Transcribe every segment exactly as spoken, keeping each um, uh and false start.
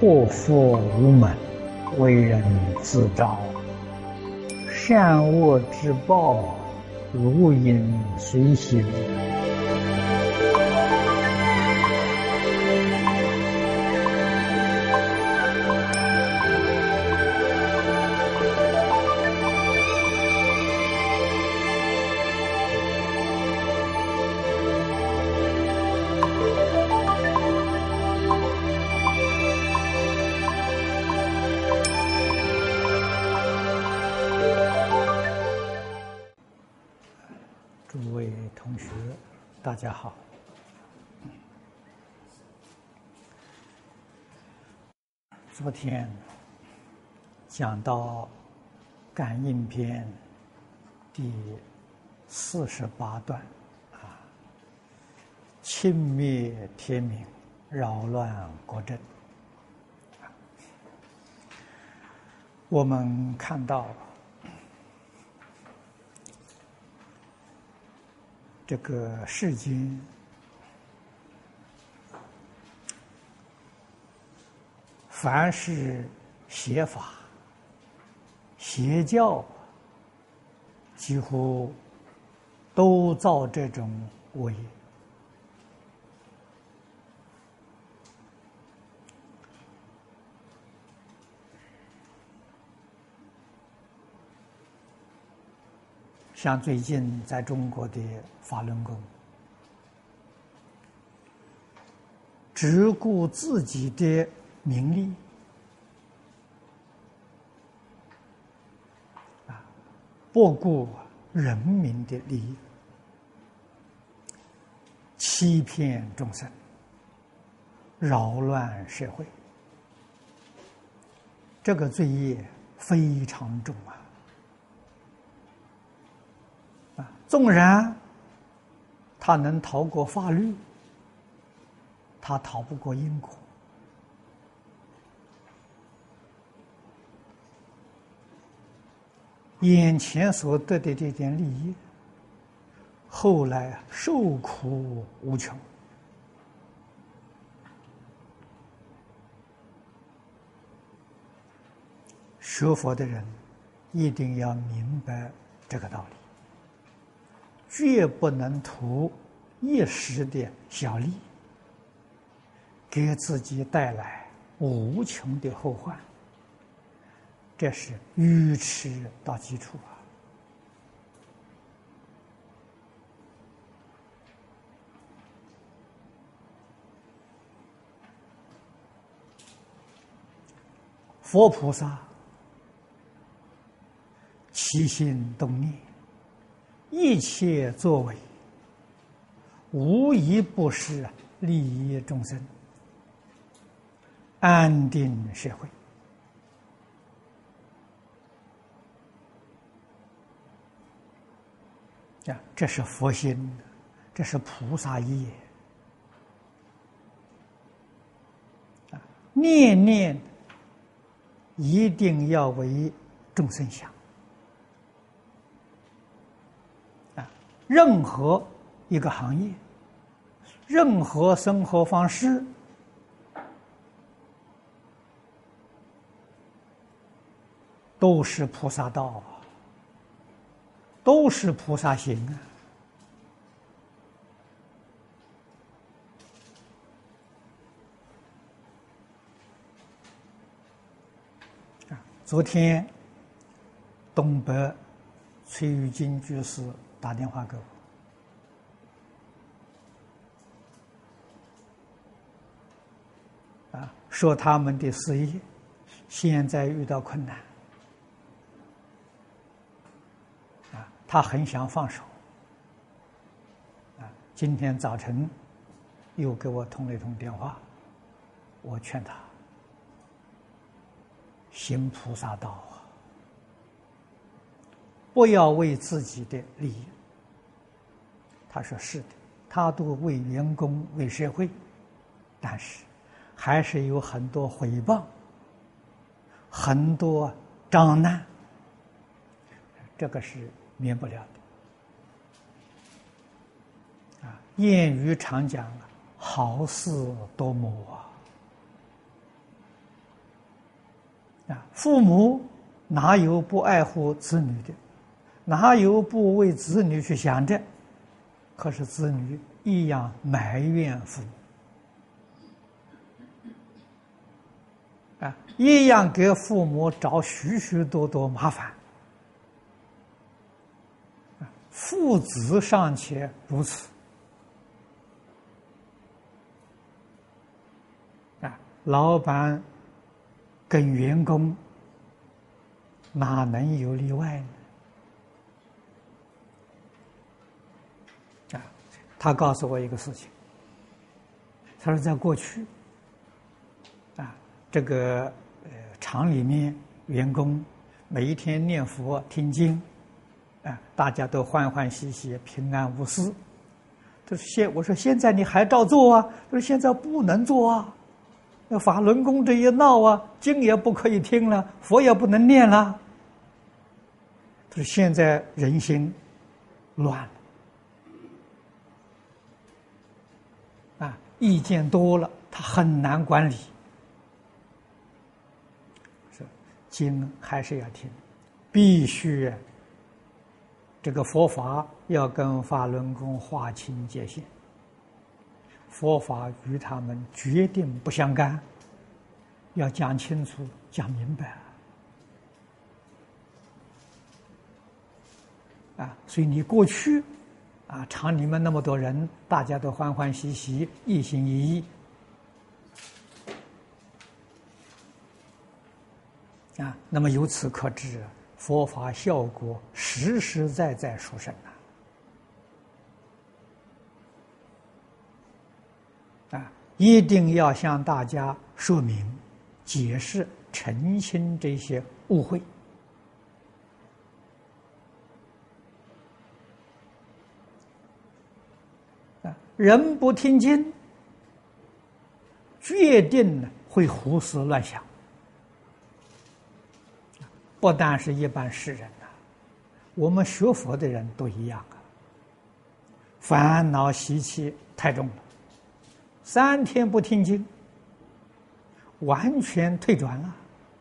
祸福无门，为人自招。善恶之报，如影随形。诸位同学，大家好。昨天讲到感应篇第四十八段啊，轻灭天命，扰乱国政。我们看到这个世间凡是邪法、邪教，几乎都造这种恶业。像最近在中国的法轮功，只顾自己的名利，啊，不顾人民的利益，欺骗众生，扰乱社会，这个罪业非常重啊！纵然他能逃过法律，他逃不过因果。眼前所得的这点利益，后来受苦无穷。学佛的人一定要明白这个道理。绝不能图一时的小利，给自己带来无穷的后患，这是愚痴到极处啊！佛菩萨起心动念，一切作为，无一不是利益众生、安定社会。啊，这是佛心，这是菩萨业。啊，念念一定要为众生想。任何一个行业，任何生活方式，都是菩萨道啊，都是菩萨行啊！昨天东北崔玉金居士打电话给我，啊，说他们的事业现在遇到困难，啊，他很想放手，啊，今天早晨又给我通了一通电话，我劝他行菩萨道啊，不要为自己的利益。他说是的，他都为员工、为社会，但是还是有很多诽谤，很多障难，这个是免不了的。啊，谚语常讲，好事多磨啊。 啊，父母哪有不爱护子女的？哪有不为子女去想着？可是子女一样埋怨父母，啊，一样给父母找许许多多麻烦。父子尚且如此，啊，老板跟员工哪能有例外呢？啊，他告诉我一个事情，他说在过去，啊，这个呃厂里面员工每一天念佛听经。啊，大家都欢欢喜喜、平安无事。他说：“现我说现在你还照做啊？”他说：“现在不能做啊，那法轮功这一闹啊，经也不可以听了，佛也不能念了。”他说：“现在人心乱了，啊，意见多了，他很难管理。是经还是要听，必须。”这个佛法要跟法轮功划清界限，佛法与他们决定不相干，要讲清楚、讲明白啊！所以你过去啊，厂里面那么多人，大家都欢欢喜喜、一心一意啊，那么由此可知。佛法效果实实在在殊胜啊！啊，一定要向大家说明、解释、澄清这些误会啊！人不听经，决定呢会胡思乱想。不但是一般世人呐、啊，我们学佛的人都一样啊。烦恼习气太重了，三天不听经，完全退转了。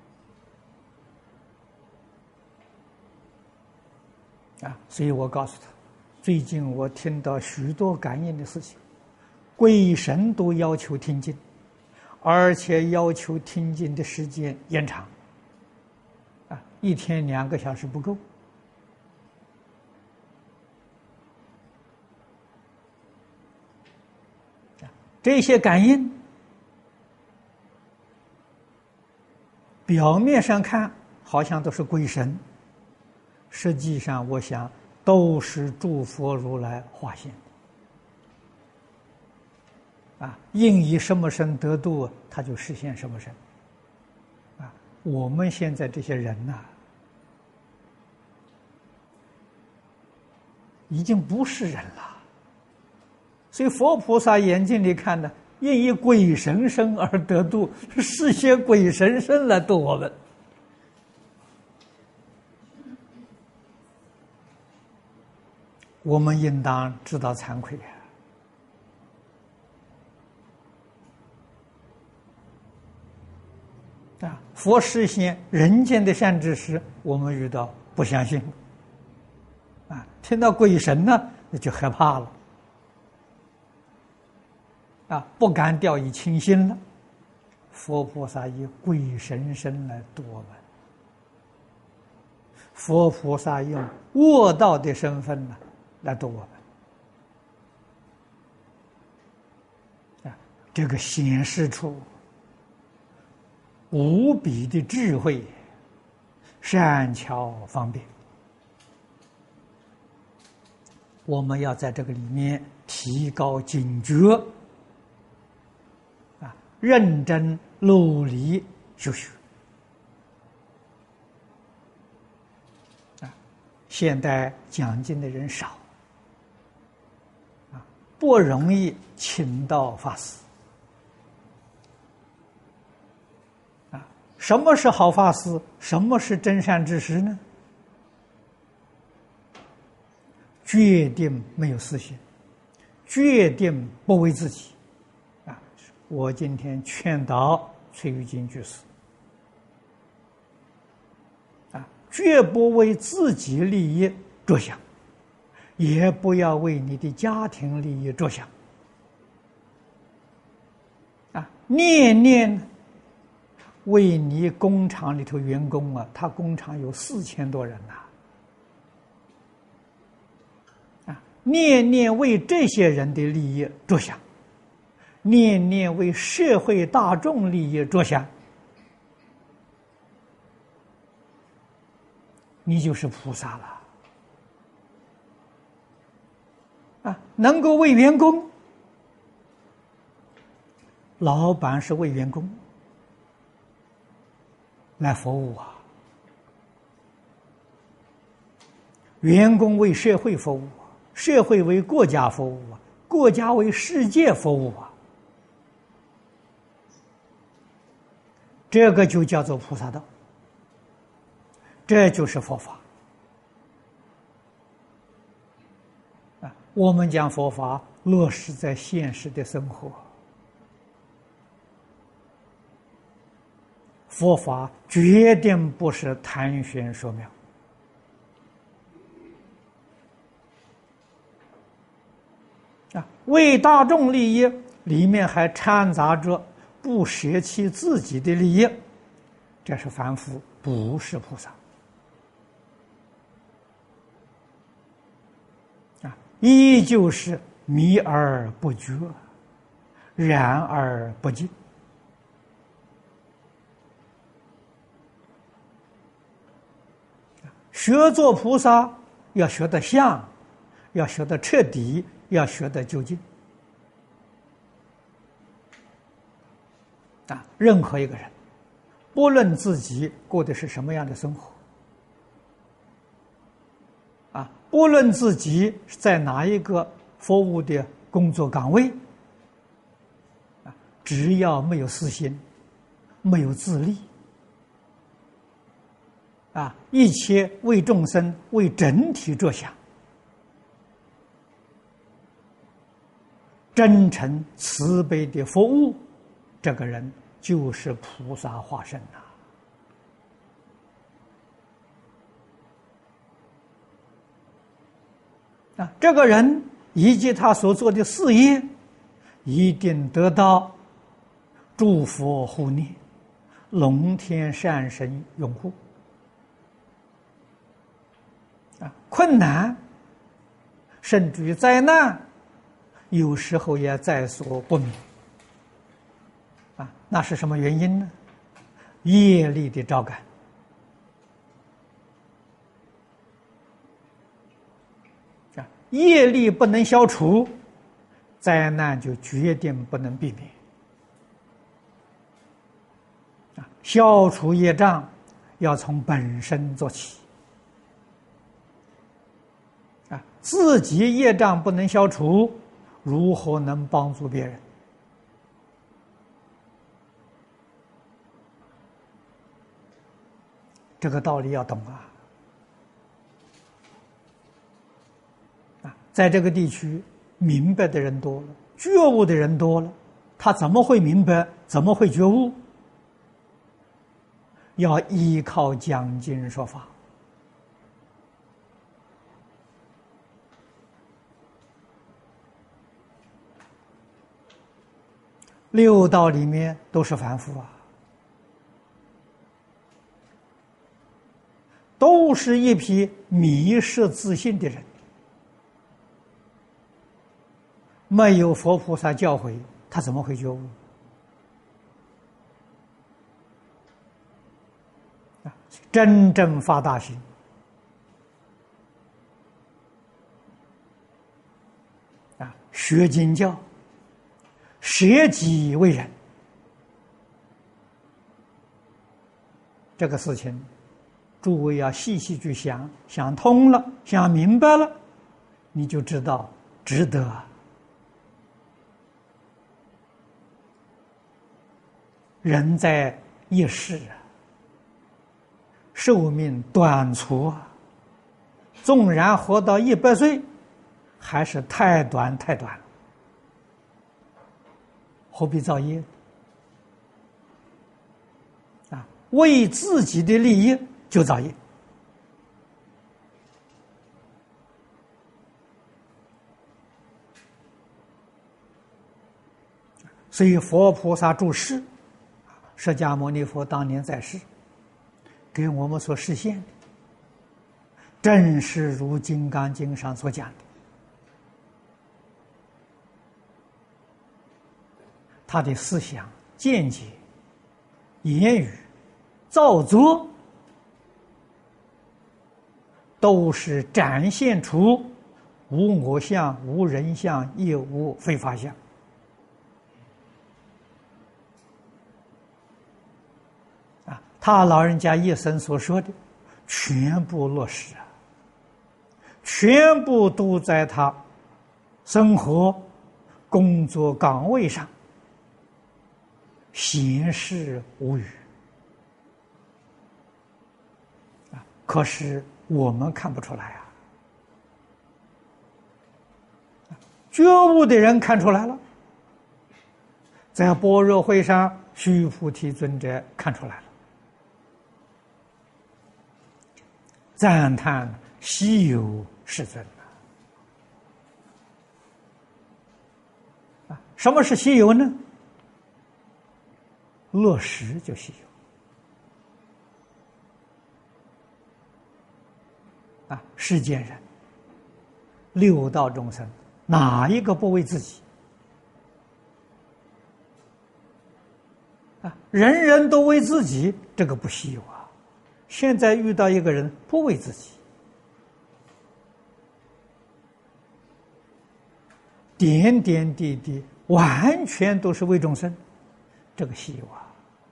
啊，所以我告诉他，最近我听到许多感应的事情，鬼神都要求听经，而且要求听经的时间延长。啊，一天两个小时不够。这些感应，表面上看好像都是鬼神，实际上我想都是诸佛如来化现的。啊，应以什么身得度，他就实现什么身。我们现在这些人呐、啊，已经不是人了。所以佛菩萨眼睛里看呢，应以鬼神身而得度，是些鬼神身来度我们。我们应当知道惭愧啊！啊，佛实现人间的善知识，我们遇到不相信，啊，听到鬼神呢，那就害怕了，啊，不敢掉以轻心了。佛菩萨以鬼神身来度我们，佛菩萨用卧道的身份呢来度我们，啊，这个显示出无比的智慧、善巧方便。我们要在这个里面提高警觉，啊，认真努力修学。啊，现代讲经的人少，啊，不容易请到法师。什么是好法师？什么是真善知识呢？决定没有私心，决定不为自己。啊，我今天劝导崔玉金居士， 绝不为自己利益着想，也不要为你的家庭利益着想。啊，念念为你工厂里头员工啊，他工厂有四千多人呐、啊，啊，念念为这些人的利益着想，念念为社会大众利益着想，你就是菩萨了。啊，能够为员工，老板是为员工来服务啊，员工为社会服务，社会为国家服务啊，国家为世界服务啊，这个就叫做菩萨道，这就是佛法。啊，我们将佛法落实在现实的生活，佛法决定不是谈玄说妙。啊，为大众利益里面还掺杂着不舍弃自己的利益，这是凡夫，不是菩萨。啊，依旧是迷而不觉，然而不净。学做菩萨要学得像，要学得彻底，要学得究竟。啊，任何一个人，不论自己过的是什么样的生活，啊，不论自己在哪一个服务的工作岗位，啊，只要没有私心，没有自利，啊，一切为众生、为整体着想，真诚慈悲的服务，这个人就是菩萨化身呐！啊，这个人以及他所做的事业，一定得到诸佛护念、龙天善神拥护。啊，困难，甚至于灾难，有时候也在所不免。啊，那是什么原因呢？业力的招感。啊，业力不能消除，灾难就决定不能避免。啊，消除业障要从本身做起。啊，自己业障不能消除，如何能帮助别人？这个道理要懂啊！啊，在这个地区明白的人多了，觉悟的人多了，他怎么会明白？怎么会觉悟？要依靠讲经说法。六道里面都是凡夫啊，都是一批迷失自信的人，没有佛菩萨教诲，他怎么会觉悟？啊，真正发大心，啊，学经教。舍己为人，这个事情，诸位要细细去想，想通了，想明白了，你就知道值得。人在一世啊，寿命短促啊，纵然活到一百岁，还是太短太短了。何必造业？啊，为自己的利益就造业， 所以佛菩萨住世，释迦牟尼佛当年在世，给我们所实现的，正是如《金刚经》上所讲的。他的思想、见解、言语、造作，都是展现出无我相、无人相，也无非法相。啊，他老人家一生所说的，全部落实啊，全部都在他生活、工作岗位上显示无语啊，可是我们看不出来啊。觉悟的人看出来了，在般若会上，须菩提尊者看出来了，赞叹稀有世尊啊！什么是稀有呢？落实就稀有啊！世间人，六道众生，哪一个不为自己啊？人人都为自己，这个不稀有啊！现在遇到一个人不为自己，点点滴滴完全都是为众生，这个稀有啊！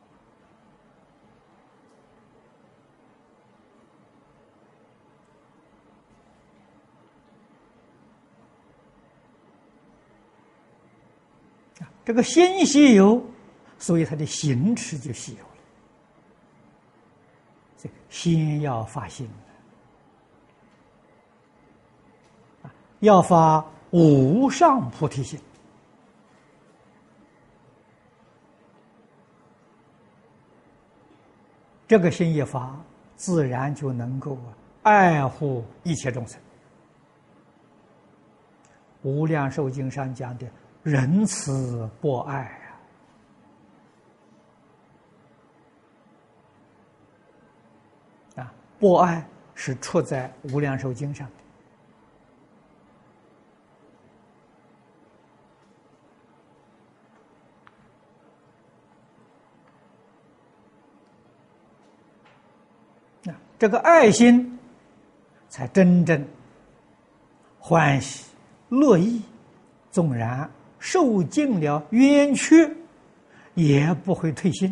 这个心稀有，所以他的行持就稀有了。所以先要发心，要发无上菩提心。这个心一发，自然就能够爱护一切众生。无量寿经上讲的仁慈博爱啊，啊，博爱是出在无量寿经上的。啊，这个爱心才真正欢喜乐意，纵然受尽了冤屈，也不会退心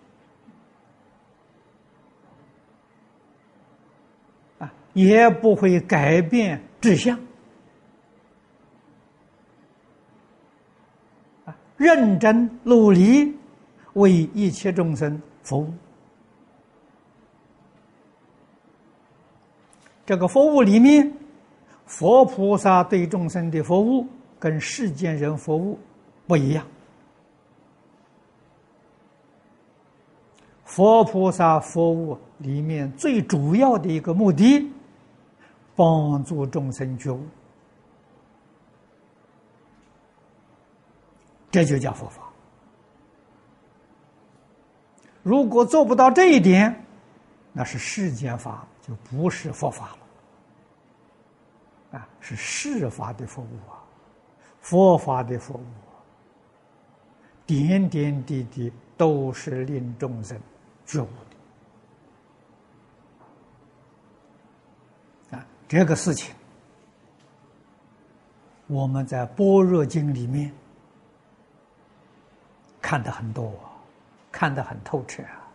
啊，也不会改变志向啊，认真努力为一切众生服务。这个服务里面，佛菩萨对众生的服务跟世间人服务不一样。佛菩萨服务里面最主要的一个目的，帮助众生觉悟，这就叫佛法。如果做不到这一点，那是世间法，就不是佛法了啊，是世法的服务啊。佛法的服务，点点滴滴都是令众生觉悟的啊！这个事情，我们在《般若经》里面看得很多，看得很透彻啊！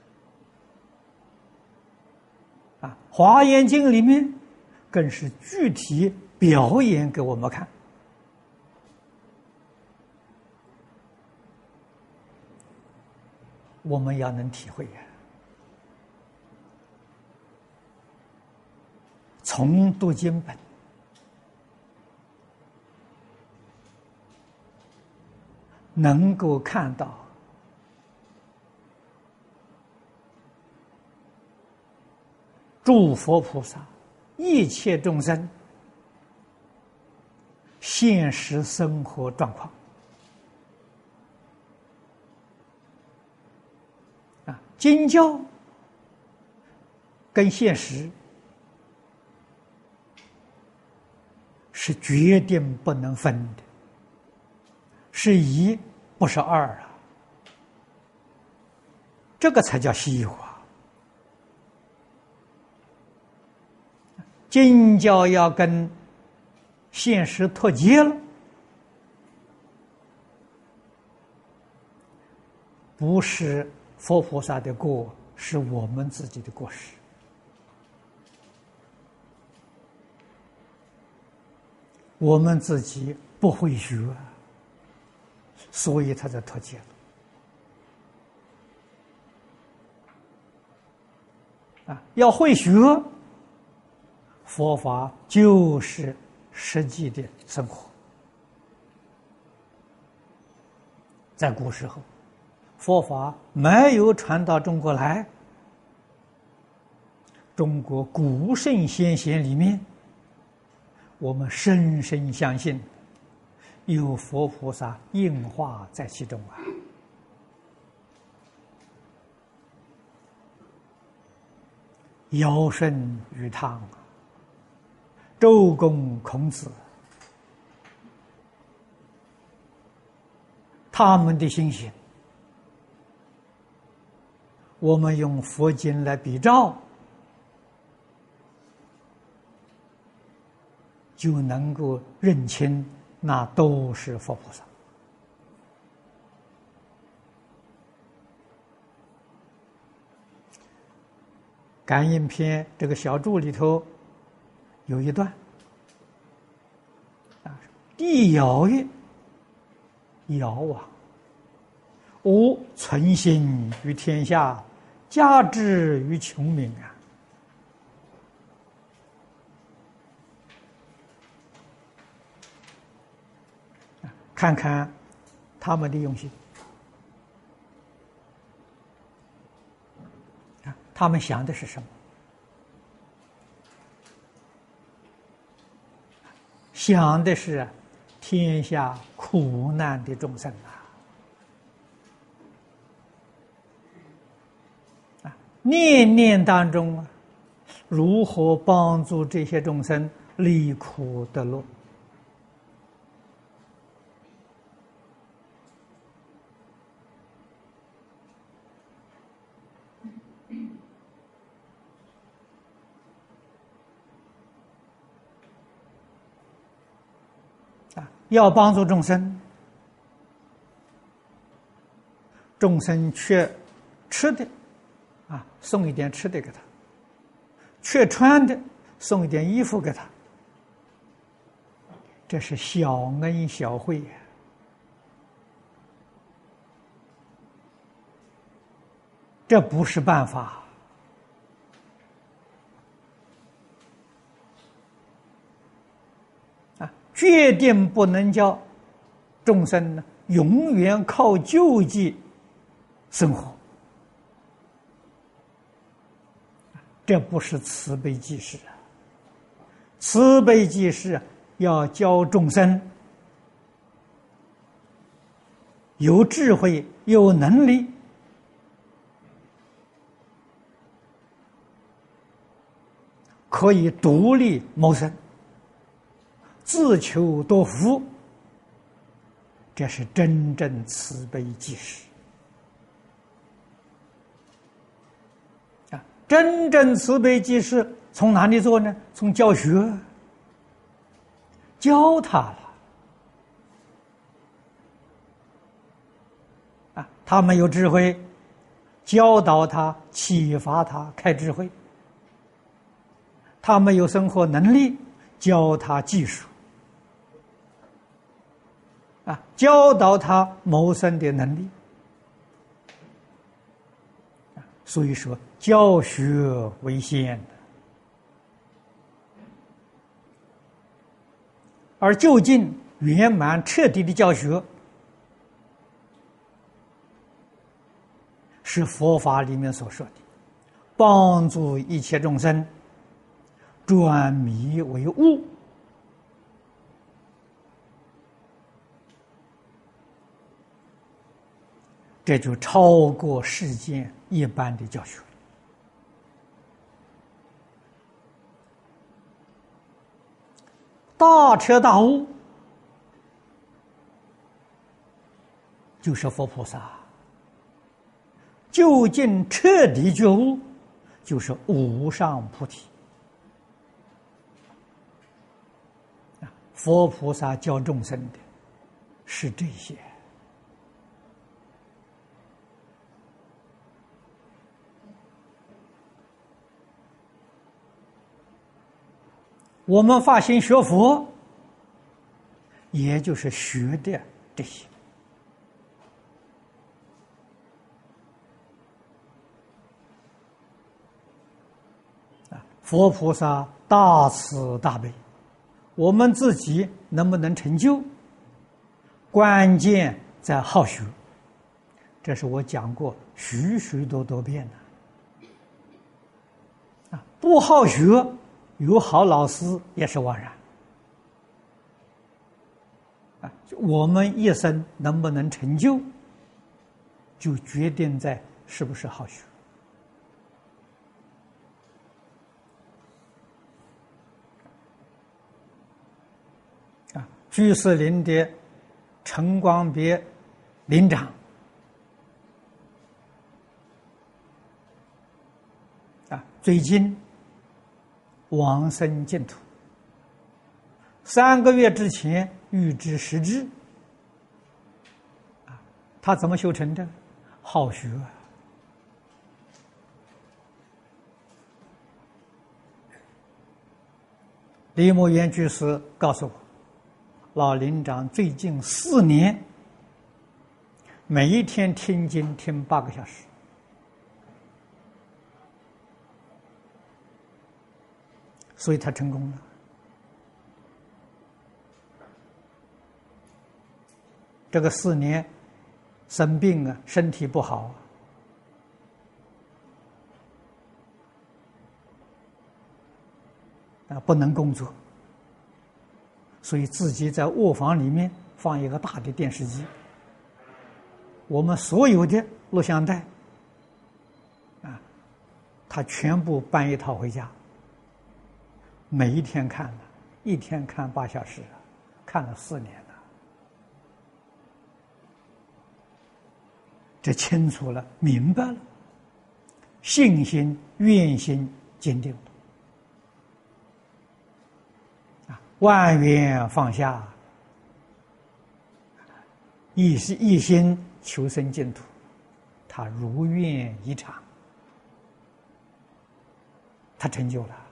啊，《华严经》里面更是具体表演给我们看。我们要能体会呀，从读经本能够看到诸佛菩萨一切众生现实生活状况经教跟现实是决定不能分的，是一不是二啊，这个才叫西化。经教要跟现实脱节了，不是佛菩萨的过，是我们自己的过失。我们自己不会学，所以他才脱节了。啊，要会学，佛法就是实际的生活。在古时候，佛法没有传到中国来，中国古圣先贤里面，我们深深相信有佛菩萨应化在其中啊。尧舜禹汤，周公孔子，他们的心性，我们用佛经来比照，就能够认清那都是佛菩萨。感应篇这个小注里头有一段啊，帝尧曰：“尧啊，吾存心于天下，加之于穷民啊。”看看他们的用心啊，他们想的是什么？想的是天下苦难的众生啊！啊，念念当中啊，如何帮助这些众生离苦得乐？要帮助众生，众生缺吃的，啊，送一点吃的给他；缺穿的，送一点衣服给他。这是小恩小惠呀！这不是办法。决定不能叫众生呢永远靠救济生活，这不是慈悲济世啊！慈悲济世要教众生有智慧、有能力，可以独立谋生，自求多福，这是真正慈悲济世啊！真正慈悲济世从哪里做呢？从教学，教他了啊！他们有智慧，教导他，启发他，开智慧；他们有生活能力，教他技术。啊，教导他谋生的能力，所以说教学为先的，而究竟圆满彻底的教学，是佛法里面所说的，帮助一切众生转迷为悟。这就超过世间一般的教学。大彻大悟就是佛菩萨，究竟彻底觉悟就是无上菩提。佛菩萨教众生的是这些。我们发心学佛，也就是学的这些。啊，佛菩萨大慈大悲，我们自己能不能成就，关键在好学。这是我讲过许许多多遍的。啊，不好学，有好老师也是枉然。啊，我们一生能不能成就，就决定在是不是好学。啊，居士林的陈光别林长啊，最近往生净土，三个月之前预知时至。啊，他怎么修成的？好学啊！李牧原居士告诉我，老林长最近四年，每一天听经听八个小时。所以他成功了。这个四年生病啊，身体不好啊，不能工作，所以自己在卧房里面放一个大的电视机，我们所有的录像带啊，他全部搬一套回家。每一天看了，一天看八小时，看了四年了，这清楚了，明白了，信心、愿心坚定了，啊，万缘放下，一心一心求生净土，他如愿以偿，他成就了。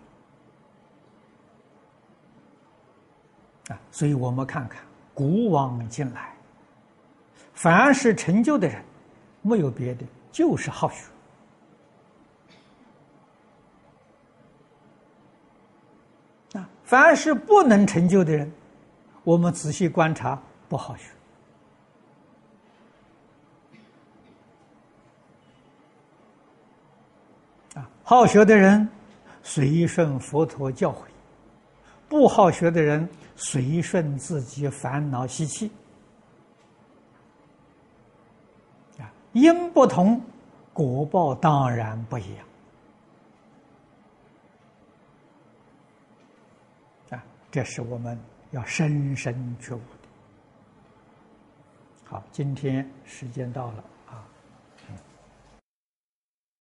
啊，所以我们看看古往今来，凡是成就的人，没有别的，就是好学。啊，凡是不能成就的人，我们仔细观察，不好学。啊，好学的人随顺佛陀教诲，不好学的人随顺自己烦恼习气。啊，因不同，果报当然不一样。啊，这是我们要深深觉悟的。好，今天时间到了。